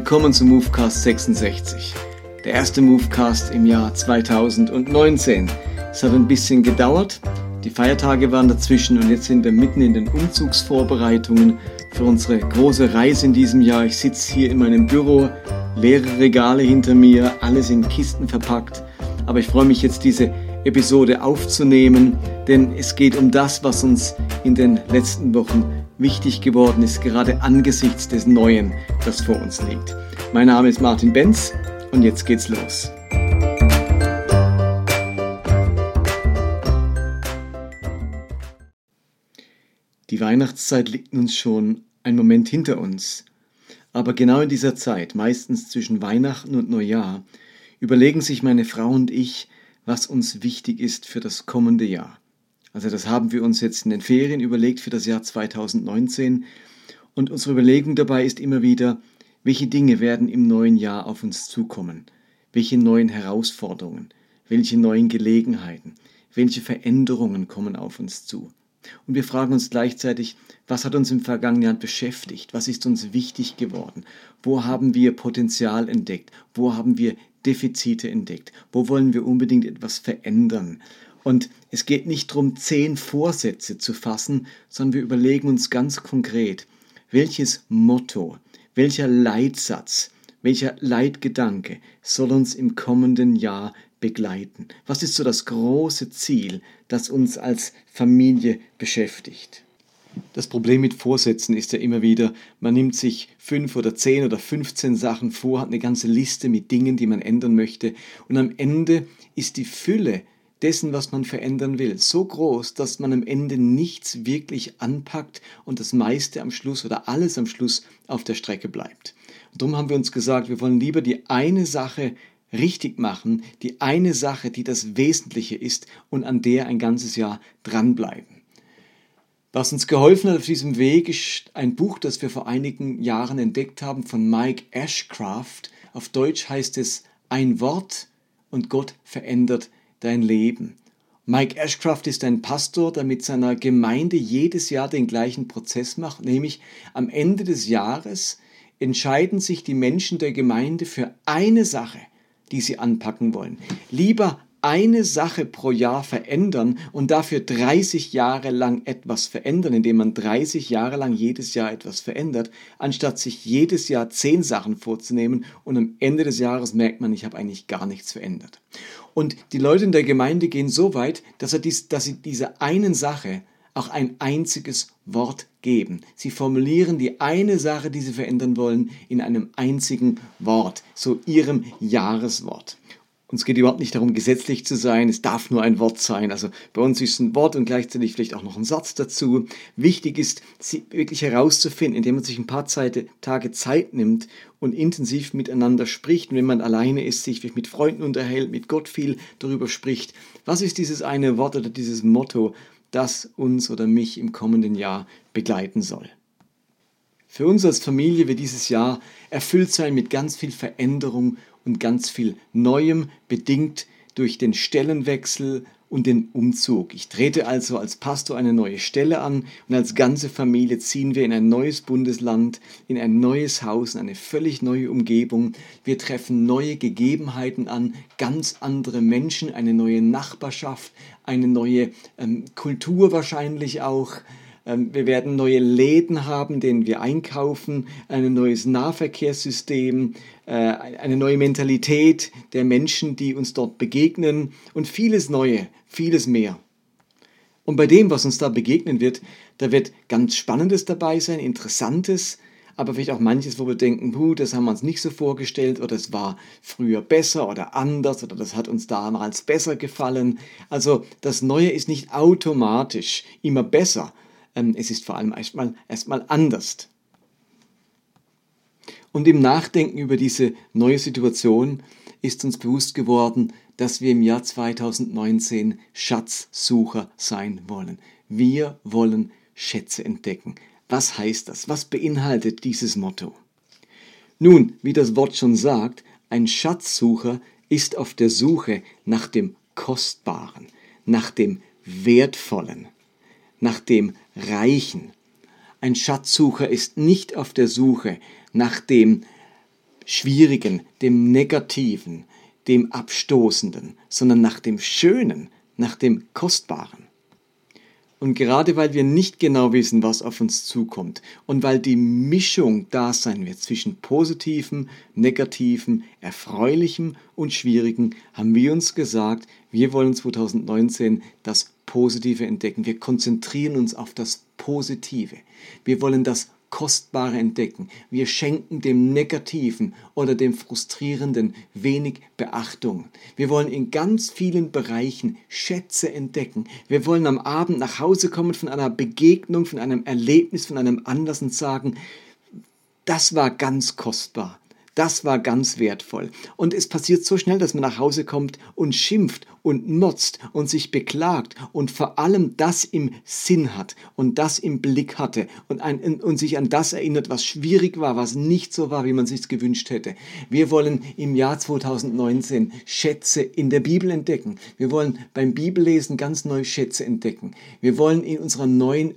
Willkommen zum Movecast 66, der erste Movecast im Jahr 2019. Es hat ein bisschen gedauert, die Feiertage waren dazwischen und jetzt sind wir mitten in den Umzugsvorbereitungen für unsere große Reise in diesem Jahr. Ich sitze hier in meinem Büro, leere Regale hinter mir, alles in Kisten verpackt, aber ich freue mich jetzt, diese Episode aufzunehmen, denn es geht um das, was uns in den letzten Wochen wichtig geworden ist, gerade angesichts des Neuen, das vor uns liegt. Mein Name ist Martin Benz und jetzt geht's los. Die Weihnachtszeit liegt nun schon einen Moment hinter uns, aber genau in dieser Zeit, meistens zwischen Weihnachten und Neujahr, überlegen sich meine Frau und ich, was uns wichtig ist für das kommende Jahr. Also das haben wir uns jetzt in den Ferien überlegt für das Jahr 2019 und unsere Überlegung dabei ist immer wieder, welche Dinge werden im neuen Jahr auf uns zukommen, welche neuen Herausforderungen, welche neuen Gelegenheiten, welche Veränderungen kommen auf uns zu. Und wir fragen uns gleichzeitig, was hat uns im vergangenen Jahr beschäftigt, was ist uns wichtig geworden, wo haben wir Potenzial entdeckt, wo haben wir Defizite entdeckt, wo wollen wir unbedingt etwas verändern. Und es geht nicht darum, 10 Vorsätze zu fassen, sondern wir überlegen uns ganz konkret, welches Motto, welcher Leitsatz, welcher Leitgedanke soll uns im kommenden Jahr begleiten? Was ist so das große Ziel, das uns als Familie beschäftigt? Das Problem mit Vorsätzen ist ja immer wieder, man nimmt sich 5 oder 10 oder 15 Sachen vor, hat eine ganze Liste mit Dingen, die man ändern möchte und am Ende ist die Fülle dessen, was man verändern will, so groß, dass man am Ende nichts wirklich anpackt und das meiste am Schluss oder alles am Schluss auf der Strecke bleibt. Und darum haben wir uns gesagt, wir wollen lieber die eine Sache richtig machen, die eine Sache, die das Wesentliche ist und an der ein ganzes Jahr dranbleiben. Was uns geholfen hat auf diesem Weg, ist ein Buch, das wir vor einigen Jahren entdeckt haben von Mike Ashcraft. Auf Deutsch heißt es Ein Wort und Gott verändert dein Leben. Mike Ashcraft ist ein Pastor, der mit seiner Gemeinde jedes Jahr den gleichen Prozess macht, nämlich am Ende des Jahres entscheiden sich die Menschen der Gemeinde für eine Sache, die sie anpacken wollen. Lieber eine Sache pro Jahr verändern und dafür 30 Jahre lang etwas verändern, indem man 30 Jahre lang jedes Jahr etwas verändert, anstatt sich jedes Jahr 10 Sachen vorzunehmen und am Ende des Jahres merkt man, ich habe eigentlich gar nichts verändert. Und die Leute in der Gemeinde gehen so weit, dass sie dieser einen Sache auch ein einziges Wort geben. Sie formulieren die eine Sache, die sie verändern wollen, in einem einzigen Wort, so ihrem Jahreswort. Uns geht überhaupt nicht darum, gesetzlich zu sein, es darf nur ein Wort sein. Also bei uns ist ein Wort und gleichzeitig vielleicht auch noch ein Satz dazu. Wichtig ist, sie wirklich herauszufinden, indem man sich ein paar Tage Zeit nimmt und intensiv miteinander spricht. Und wenn man alleine ist, sich mit Freunden unterhält, mit Gott viel darüber spricht. Was ist dieses eine Wort oder dieses Motto, das uns oder mich im kommenden Jahr begleiten soll? Für uns als Familie wird dieses Jahr erfüllt sein mit ganz viel Veränderung und ganz viel Neuem, bedingt durch den Stellenwechsel und den Umzug. Ich trete also als Pastor eine neue Stelle an und als ganze Familie ziehen wir in ein neues Bundesland, in ein neues Haus, in eine völlig neue Umgebung. Wir treffen neue Gegebenheiten an, ganz andere Menschen, eine neue Nachbarschaft, eine neue Kultur wahrscheinlich auch. Wir werden neue Läden haben, denen wir einkaufen, ein neues Nahverkehrssystem, eine neue Mentalität der Menschen, die uns dort begegnen und vieles Neue, vieles mehr. Und bei dem, was uns da begegnen wird, da wird ganz Spannendes dabei sein, Interessantes, aber vielleicht auch manches, wo wir denken, das haben wir uns nicht so vorgestellt oder es war früher besser oder anders oder das hat uns damals besser gefallen. Also das Neue ist nicht automatisch immer besser. Es ist vor allem erstmal anders. Und im Nachdenken über diese neue Situation ist uns bewusst geworden, dass wir im Jahr 2019 Schatzsucher sein wollen. Wir wollen Schätze entdecken. Was heißt das? Was beinhaltet dieses Motto? Nun, wie das Wort schon sagt, ein Schatzsucher ist auf der Suche nach dem Kostbaren, nach dem Wertvollen, nach dem Reichen. Ein Schatzsucher ist nicht auf der Suche nach dem Schwierigen, dem Negativen, dem Abstoßenden, sondern nach dem Schönen, nach dem Kostbaren. Und gerade weil wir nicht genau wissen, was auf uns zukommt und weil die Mischung da sein wird zwischen Positivem, Negativem, Erfreulichem und Schwierigem, haben wir uns gesagt, wir wollen 2019 das Positive entdecken. Wir konzentrieren uns auf das Positive. Wir wollen das Kostbare entdecken. Wir schenken dem Negativen oder dem Frustrierenden wenig Beachtung. Wir wollen in ganz vielen Bereichen Schätze entdecken. Wir wollen am Abend nach Hause kommen von einer Begegnung, von einem Erlebnis, von einem Anlass und sagen, das war ganz kostbar. Das war ganz wertvoll. Und es passiert so schnell, dass man nach Hause kommt und schimpft und motzt und sich beklagt und vor allem das im Sinn hat und das im Blick hatte und sich an das erinnert, was schwierig war, was nicht so war, wie man sich gewünscht hätte. Wir wollen im Jahr 2019 Schätze in der Bibel entdecken. Wir wollen beim Bibellesen ganz neue Schätze entdecken. Wir wollen in unserer neuen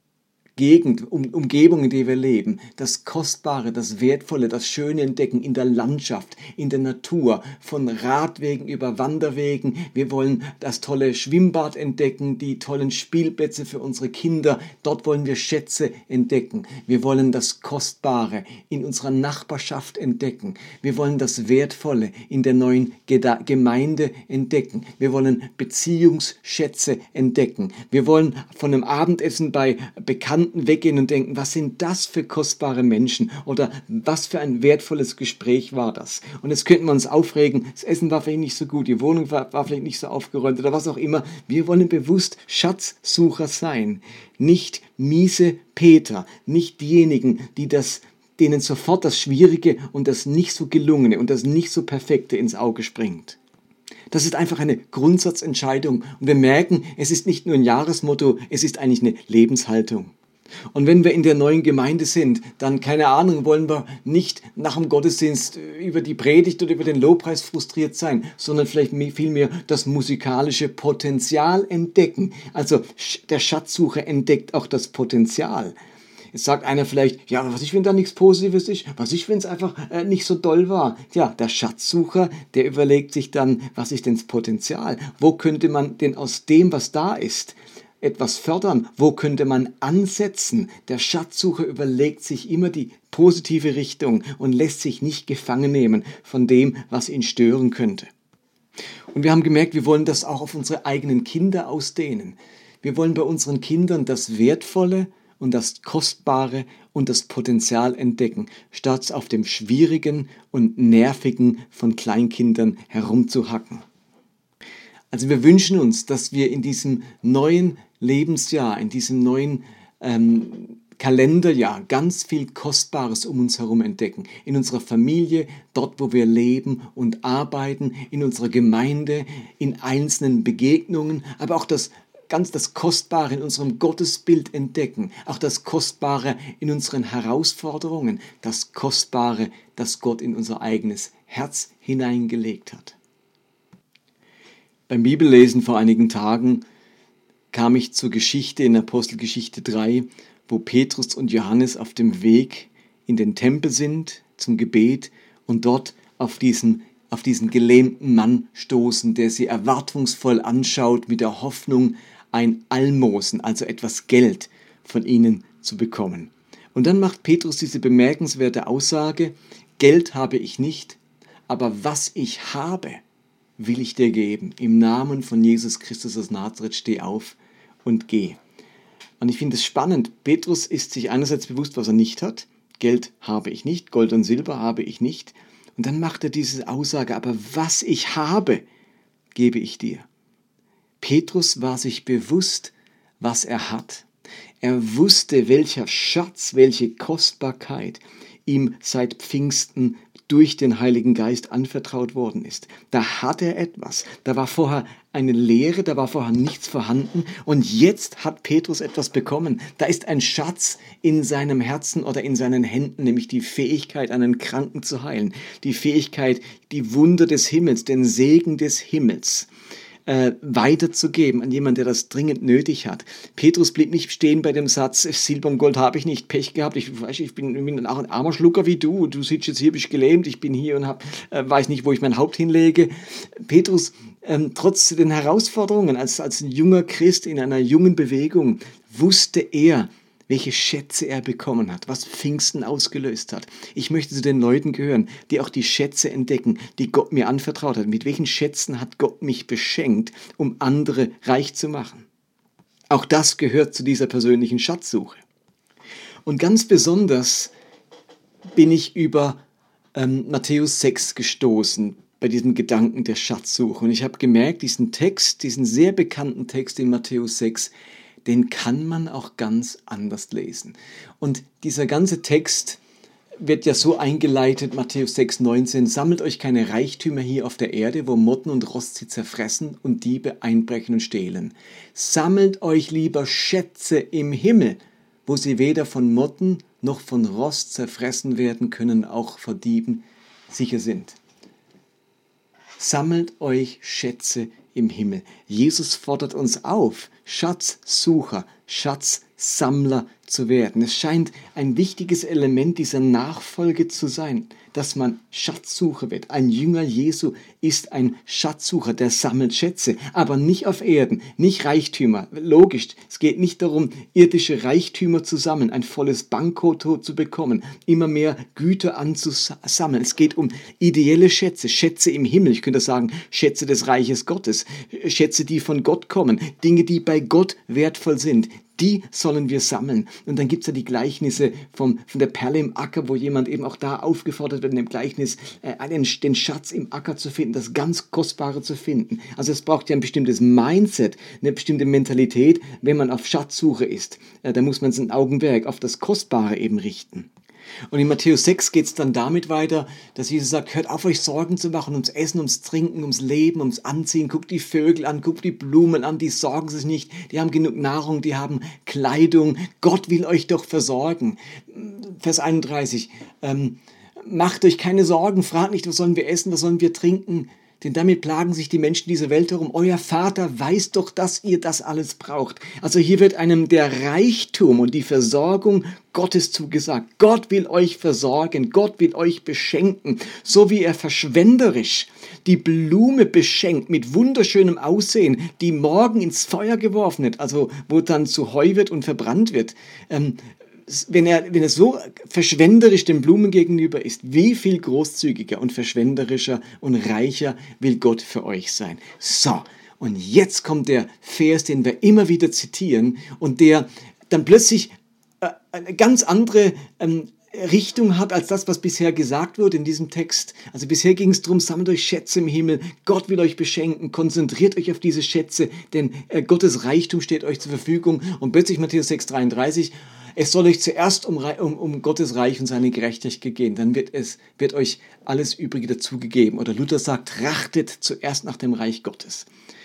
Gegend, Umgebung, in der wir leben, das Kostbare, das Wertvolle, das Schöne entdecken in der Landschaft, in der Natur, von Radwegen über Wanderwegen. Wir wollen das tolle Schwimmbad entdecken, die tollen Spielplätze für unsere Kinder. Dort wollen wir Schätze entdecken. Wir wollen das Kostbare in unserer Nachbarschaft entdecken. Wir wollen das Wertvolle in der neuen Gemeinde entdecken. Wir wollen Beziehungsschätze entdecken. Wir wollen von einem Abendessen bei Bekannten weggehen und denken, was sind das für kostbare Menschen oder was für ein wertvolles Gespräch war das. Und jetzt könnten wir uns aufregen, das Essen war vielleicht nicht so gut, die Wohnung war vielleicht nicht so aufgeräumt oder was auch immer. Wir wollen bewusst Schatzsucher sein, nicht miese Peter, nicht diejenigen, denen sofort das Schwierige und das nicht so Gelungene und das nicht so Perfekte ins Auge springt. Das ist einfach eine Grundsatzentscheidung und wir merken, es ist nicht nur ein Jahresmotto, es ist eigentlich eine Lebenshaltung. Und wenn wir in der neuen Gemeinde sind, dann, keine Ahnung, wollen wir nicht nach dem Gottesdienst über die Predigt oder über den Lobpreis frustriert sein, sondern vielleicht vielmehr das musikalische Potenzial entdecken. Also der Schatzsucher entdeckt auch das Potenzial. Jetzt sagt einer vielleicht, ja, was ist, wenn da nichts Positives ist? Was ist, wenn es einfach nicht so doll war? Ja, der Schatzsucher, der überlegt sich dann, was ist denn das Potenzial? Wo könnte man denn aus dem, was da ist, etwas fördern? Wo könnte man ansetzen? Der Schatzsucher überlegt sich immer die positive Richtung und lässt sich nicht gefangen nehmen von dem, was ihn stören könnte. Und wir haben gemerkt, wir wollen das auch auf unsere eigenen Kinder ausdehnen. Wir wollen bei unseren Kindern das Wertvolle und das Kostbare und das Potenzial entdecken, statt auf dem Schwierigen und Nervigen von Kleinkindern herumzuhacken. Also wir wünschen uns, dass wir in diesem neuen Lebensjahr, in diesem neuen Kalenderjahr ganz viel Kostbares um uns herum entdecken. In unserer Familie, dort wo wir leben und arbeiten, in unserer Gemeinde, in einzelnen Begegnungen, aber auch das Kostbare in unserem Gottesbild entdecken, auch das Kostbare in unseren Herausforderungen, das Kostbare, das Gott in unser eigenes Herz hineingelegt hat. Beim Bibellesen vor einigen Tagen kam ich zur Geschichte in Apostelgeschichte 3, wo Petrus und Johannes auf dem Weg in den Tempel sind zum Gebet und dort auf diesen gelähmten Mann stoßen, der sie erwartungsvoll anschaut mit der Hoffnung, ein Almosen, also etwas Geld von ihnen zu bekommen. Und dann macht Petrus diese bemerkenswerte Aussage, Geld habe ich nicht, aber was ich habe, will ich dir geben. Im Namen von Jesus Christus aus Nazareth, steh auf und geh. Und ich finde es spannend, Petrus ist sich einerseits bewusst, was er nicht hat. Geld habe ich nicht, Gold und Silber habe ich nicht. Und dann macht er diese Aussage, aber was ich habe, gebe ich dir. Petrus war sich bewusst, was er hat. Er wusste, welcher Schatz, welche Kostbarkeit ihm seit Pfingsten durch den Heiligen Geist anvertraut worden ist. Da hat er etwas. Da war vorher eine Leere, da war vorher nichts vorhanden und jetzt hat Petrus etwas bekommen. Da ist ein Schatz in seinem Herzen oder in seinen Händen, nämlich die Fähigkeit, einen Kranken zu heilen, die Fähigkeit, die Wunder des Himmels, den Segen des Himmels weiterzugeben an jemanden, der das dringend nötig hat. Petrus blieb nicht stehen bei dem Satz, Silber und Gold habe ich nicht, Pech gehabt, ich bin auch ein armer Schlucker wie du sitzt jetzt hier, bist gelähmt, ich bin hier und weiß nicht, wo ich mein Haupt hinlege. Petrus, trotz den Herausforderungen, als ein junger Christ in einer jungen Bewegung, wusste er, welche Schätze er bekommen hat, was Pfingsten ausgelöst hat. Ich möchte zu den Leuten gehören, die auch die Schätze entdecken, die Gott mir anvertraut hat. Mit welchen Schätzen hat Gott mich beschenkt, um andere reich zu machen? Auch das gehört zu dieser persönlichen Schatzsuche. Und ganz besonders bin ich über Matthäus 6 gestoßen, bei diesem Gedanken der Schatzsuche. Und ich habe gemerkt, diesen sehr bekannten Text in Matthäus 6, den kann man auch ganz anders lesen. Und dieser ganze Text wird ja so eingeleitet, Matthäus 6,19, sammelt euch keine Reichtümer hier auf der Erde, wo Motten und Rost sie zerfressen und Diebe einbrechen und stehlen. Sammelt euch lieber Schätze im Himmel, wo sie weder von Motten noch von Rost zerfressen werden können, auch vor Dieben sicher sind. Sammelt euch Schätze im Himmel. Jesus fordert uns auf, Schatzsucher, Schatzsammler zu werden. Es scheint ein wichtiges Element dieser Nachfolge zu sein, dass man Schatzsucher wird. Ein Jünger Jesu ist ein Schatzsucher, der sammelt Schätze, aber nicht auf Erden, nicht Reichtümer. Logisch, es geht nicht darum, irdische Reichtümer zu sammeln, ein volles Bankkonto zu bekommen, immer mehr Güter anzusammeln. Es geht um ideelle Schätze, Schätze im Himmel. Ich könnte sagen, Schätze des Reiches Gottes, Schätze, die von Gott kommen, Dinge, die bei Gott wertvoll sind. Die sollen wir sammeln. Und dann gibt es ja die Gleichnisse von der Perle im Acker, wo jemand eben auch da aufgefordert wird, in dem Gleichnis den Schatz im Acker zu finden, das ganz Kostbare zu finden. Also es braucht ja ein bestimmtes Mindset, eine bestimmte Mentalität, wenn man auf Schatzsuche ist. Da muss man sein Augenmerk auf das Kostbare eben richten. Und in Matthäus 6 geht es dann damit weiter, dass Jesus sagt, hört auf, euch Sorgen zu machen ums Essen, ums Trinken, ums Leben, ums Anziehen. Guckt die Vögel an, guckt die Blumen an, die sorgen sich nicht. Die haben genug Nahrung, die haben Kleidung. Gott will euch doch versorgen. Vers 31, macht euch keine Sorgen, fragt nicht, was sollen wir essen, was sollen wir trinken. Denn damit plagen sich die Menschen dieser Welt herum. Euer Vater weiß doch, dass ihr das alles braucht. Also hier wird einem der Reichtum und die Versorgung Gottes zugesagt. Gott will euch versorgen, Gott will euch beschenken, so wie er verschwenderisch die Blume beschenkt mit wunderschönem Aussehen, die morgen ins Feuer geworfen wird, also wo dann zu Heu wird und verbrannt wird. Wenn er so verschwenderisch den Blumen gegenüber ist, wie viel großzügiger und verschwenderischer und reicher will Gott für euch sein. So, und jetzt kommt der Vers, den wir immer wieder zitieren und der dann plötzlich eine ganz andere Richtung hat als das, was bisher gesagt wurde in diesem Text. Also bisher ging es darum, sammelt euch Schätze im Himmel, Gott will euch beschenken, konzentriert euch auf diese Schätze, denn Gottes Reichtum steht euch zur Verfügung. Und plötzlich Matthäus 6,33, es soll euch zuerst um Gottes Reich und seine Gerechtigkeit gehen, dann wird euch alles Übrige dazugegeben. Oder Luther sagt, trachtet zuerst nach dem Reich Gottes.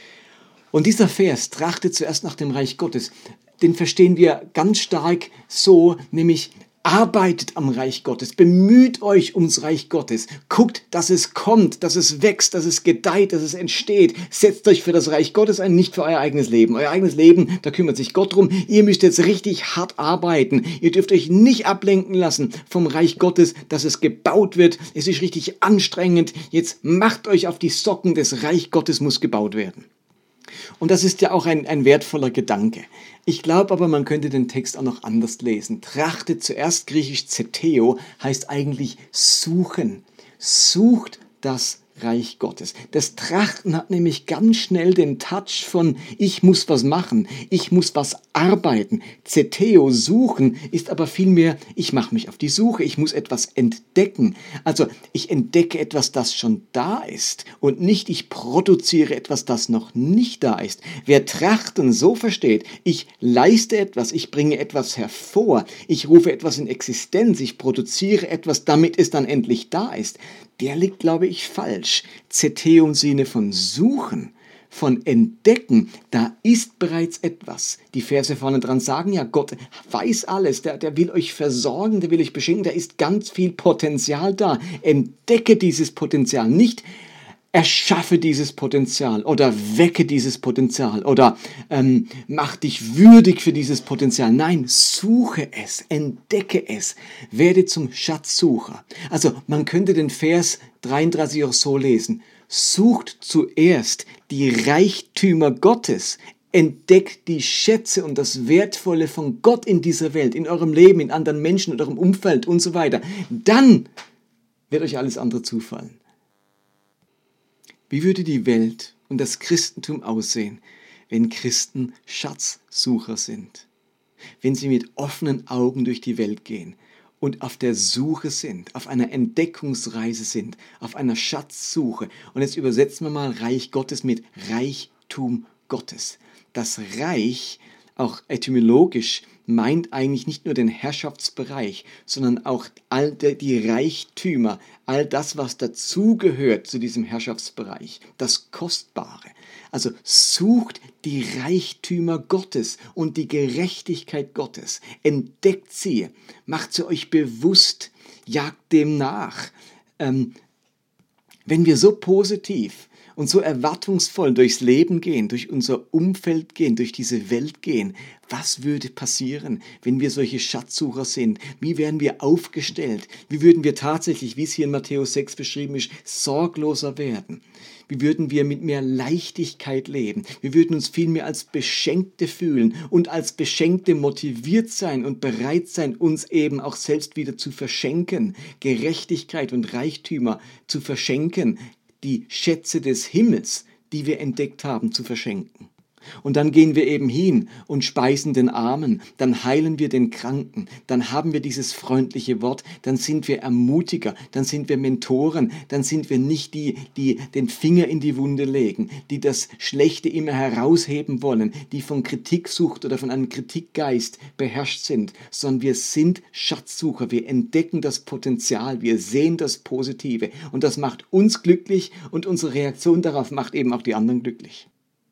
Und dieser Vers, trachtet zuerst nach dem Reich Gottes, den verstehen wir ganz stark so, nämlich arbeitet am Reich Gottes, bemüht euch ums Reich Gottes, guckt, dass es kommt, dass es wächst, dass es gedeiht, dass es entsteht. Setzt euch für das Reich Gottes ein, nicht für euer eigenes Leben. Euer eigenes Leben, da kümmert sich Gott drum. Ihr müsst jetzt richtig hart arbeiten. Ihr dürft euch nicht ablenken lassen vom Reich Gottes, dass es gebaut wird. Es ist richtig anstrengend. Jetzt macht euch auf die Socken, das Reich Gottes muss gebaut werden. Und das ist ja auch ein wertvoller Gedanke. Ich glaube aber, man könnte den Text auch noch anders lesen. Trachtet zuerst, griechisch zeteo, heißt eigentlich suchen. Sucht das Reich Gottes. Das Trachten hat nämlich ganz schnell den Touch von ich muss was machen, ich muss was arbeiten. Zeteo, suchen, ist aber vielmehr ich mache mich auf die Suche, ich muss etwas entdecken. Also ich entdecke etwas, das schon da ist und nicht ich produziere etwas, das noch nicht da ist. Wer Trachten so versteht, ich leiste etwas, ich bringe etwas hervor, ich rufe etwas in Existenz, ich produziere etwas, damit es dann endlich da ist, der liegt, glaube ich, falsch. Zeteo im Sinne von suchen, von entdecken, da ist bereits etwas. Die Verse vorne dran sagen ja, Gott weiß alles, der will euch versorgen, der will euch beschenken, da ist ganz viel Potenzial da. Entdecke dieses Potenzial, nicht erschaffe dieses Potenzial oder wecke dieses Potenzial oder mach dich würdig für dieses Potenzial. Nein, suche es, entdecke es, werde zum Schatzsucher. Also man könnte den Vers 33 auch so lesen. Sucht zuerst die Reichtümer Gottes, entdeckt die Schätze und das Wertvolle von Gott in dieser Welt, in eurem Leben, in anderen Menschen, in eurem Umfeld und so weiter. Dann wird euch alles andere zufallen. Wie würde die Welt und das Christentum aussehen, wenn Christen Schatzsucher sind? Wenn sie mit offenen Augen durch die Welt gehen und auf der Suche sind, auf einer Entdeckungsreise sind, auf einer Schatzsuche. Und jetzt übersetzen wir mal Reich Gottes mit Reichtum Gottes. Das Reich, auch etymologisch, meint eigentlich nicht nur den Herrschaftsbereich, sondern auch all die Reichtümer, all das, was dazugehört zu diesem Herrschaftsbereich, das Kostbare. Also sucht die Reichtümer Gottes und die Gerechtigkeit Gottes, entdeckt sie, macht sie euch bewusst, jagt dem nach. Wenn wir so positiv und so erwartungsvoll durchs Leben gehen, durch unser Umfeld gehen, durch diese Welt gehen, was würde passieren, wenn wir solche Schatzsucher sind? Wie wären wir aufgestellt? Wie würden wir tatsächlich, wie es hier in Matthäus 6 beschrieben ist, sorgloser werden? Wie würden wir mit mehr Leichtigkeit leben? Wir würden uns vielmehr als Beschenkte fühlen und als Beschenkte motiviert sein und bereit sein, uns eben auch selbst wieder zu verschenken, Gerechtigkeit und Reichtümer zu verschenken, die Schätze des Himmels, die wir entdeckt haben, zu verschenken. Und dann gehen wir eben hin und speisen den Armen, dann heilen wir den Kranken, dann haben wir dieses freundliche Wort, dann sind wir Ermutiger, dann sind wir Mentoren, dann sind wir nicht die, die den Finger in die Wunde legen, die das Schlechte immer herausheben wollen, die von Kritiksucht oder von einem Kritikgeist beherrscht sind, sondern wir sind Schatzsucher, wir entdecken das Potenzial, wir sehen das Positive und das macht uns glücklich und unsere Reaktion darauf macht eben auch die anderen glücklich.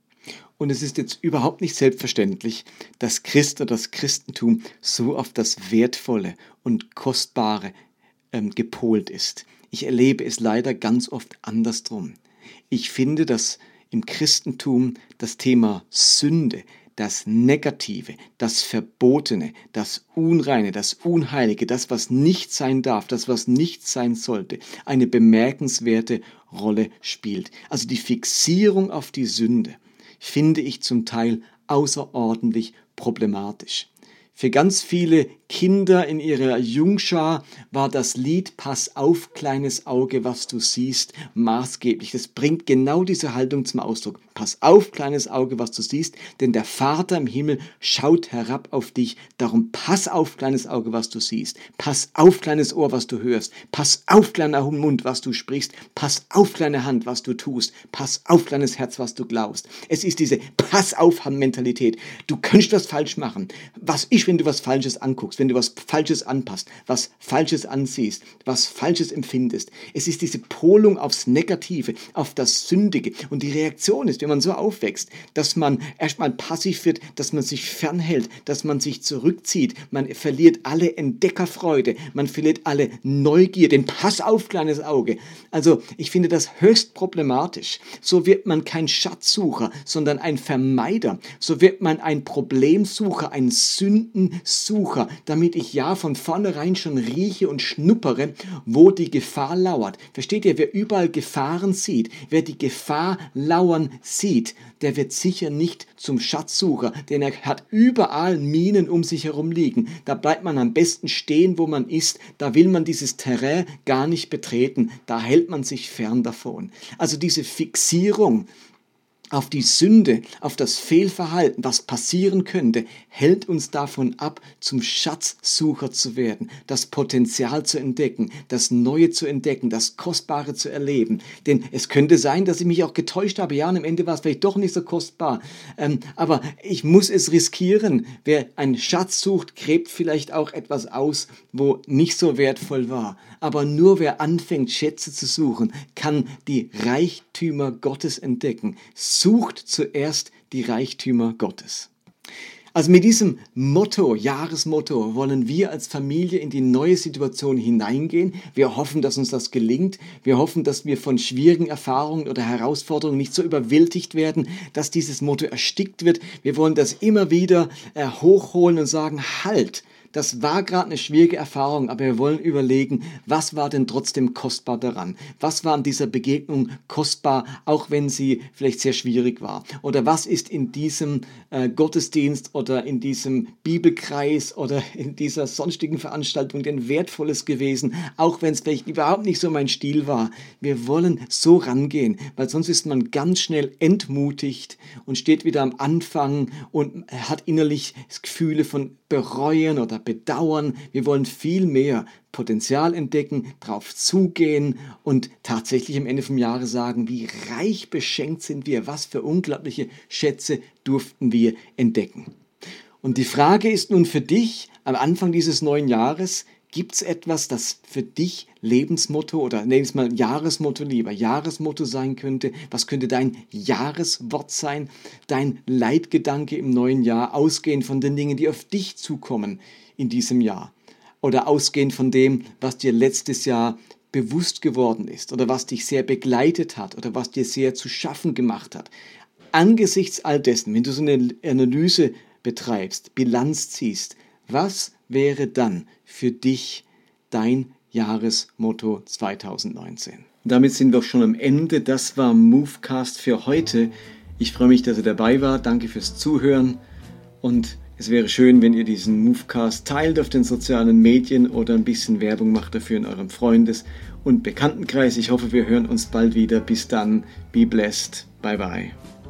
Und es ist jetzt überhaupt nicht selbstverständlich, dass das Christentum so auf das Wertvolle und Kostbare gepolt ist. Ich erlebe es leider ganz oft andersrum. Ich finde, dass im Christentum das Thema Sünde, das Negative, das Verbotene, das Unreine, das Unheilige, das, was nicht sein darf, das, was nicht sein sollte, eine bemerkenswerte Rolle spielt. Also die Fixierung auf die Sünde finde ich zum Teil außerordentlich problematisch. Für ganz viele Kinder in ihrer Jungschar war das Lied Pass auf, kleines Auge, was du siehst, maßgeblich. Das bringt genau diese Haltung zum Ausdruck. Pass auf, kleines Auge, was du siehst, denn der Vater im Himmel schaut herab auf dich. Darum pass auf, kleines Auge, was du siehst. Pass auf, kleines Ohr, was du hörst. Pass auf, kleiner Mund, was du sprichst. Pass auf, kleine Hand, was du tust. Pass auf, kleines Herz, was du glaubst. Es ist diese Pass-auf-Mentalität. Du könntest was falsch machen. Was ist, wenn du was Falsches anguckst, wenn du was Falsches anpasst, was Falsches ansiehst, was Falsches empfindest. Es ist diese Polung aufs Negative, auf das Sündige. Und die Reaktion ist, wenn man so aufwächst, dass man erstmal passiv wird, dass man sich fernhält, dass man sich zurückzieht. Man verliert alle Entdeckerfreude, man verliert alle Neugier, den Pass auf, kleines Auge. Also ich finde das höchst problematisch. So wird man kein Schatzsucher, sondern ein Vermeider. So wird man ein Problemsucher, ein Sündensucher, damit ich ja von vornherein schon rieche und schnuppere, wo die Gefahr lauert. Versteht ihr, wer überall Gefahren sieht, wer die Gefahr lauern sieht, der wird sicher nicht zum Schatzsucher, denn er hat überall Minen um sich herum liegen. Da bleibt man am besten stehen, wo man ist. Da will man dieses Terrain gar nicht betreten. Da hält man sich fern davon. Also diese Fixierung auf die Sünde, auf das Fehlverhalten, was passieren könnte, hält uns davon ab, zum Schatzsucher zu werden, das Potenzial zu entdecken, das Neue zu entdecken, das Kostbare zu erleben. Denn es könnte sein, dass ich mich auch getäuscht habe. Ja, und am Ende war es vielleicht doch nicht so kostbar. Aber ich muss es riskieren. Wer einen Schatz sucht, gräbt vielleicht auch etwas aus, wo nicht so wertvoll war. Aber nur wer anfängt, Schätze zu suchen, kann die Reichtümer Gottes entdecken. Sucht zuerst die Reichtümer Gottes. Also mit diesem Motto, Jahresmotto, wollen wir als Familie in die neue Situation hineingehen. Wir hoffen, dass uns das gelingt. Wir hoffen, dass wir von schwierigen Erfahrungen oder Herausforderungen nicht so überwältigt werden, dass dieses Motto erstickt wird. Wir wollen das immer wieder hochholen und sagen, halt! Das war gerade eine schwierige Erfahrung, aber wir wollen überlegen, was war denn trotzdem kostbar daran? Was war an dieser Begegnung kostbar, auch wenn sie vielleicht sehr schwierig war? Oder was ist in diesem Gottesdienst oder in diesem Bibelkreis oder in dieser sonstigen Veranstaltung denn Wertvolles gewesen, auch wenn es vielleicht überhaupt nicht so mein Stil war? Wir wollen so rangehen, weil sonst ist man ganz schnell entmutigt und steht wieder am Anfang und hat innerlich Gefühle von Bereuen oder Bedauern. Wir wollen viel mehr Potenzial entdecken, drauf zugehen und tatsächlich am Ende vom Jahre sagen, wie reich beschenkt sind wir, was für unglaubliche Schätze durften wir entdecken. Und die Frage ist nun für dich am Anfang dieses neuen Jahres, gibt es etwas, das für dich Lebensmotto oder nehmen wir es mal Jahresmotto lieber, Jahresmotto sein könnte? Was könnte dein Jahreswort sein? Dein Leitgedanke im neuen Jahr, ausgehend von den Dingen, die auf dich zukommen in diesem Jahr? Oder ausgehend von dem, was dir letztes Jahr bewusst geworden ist oder was dich sehr begleitet hat oder was dir sehr zu schaffen gemacht hat. Angesichts all dessen, wenn du so eine Analyse betreibst, Bilanz ziehst, was wäre dann für dich dein Jahresmotto 2019? Damit sind wir auch schon am Ende. Das war Movecast für heute. Ich freue mich, dass ihr dabei wart. Danke fürs Zuhören. Und es wäre schön, wenn ihr diesen Movecast teilt auf den sozialen Medien oder ein bisschen Werbung macht dafür in eurem Freundes- und Bekanntenkreis. Ich hoffe, wir hören uns bald wieder. Bis dann. Be blessed. Bye bye.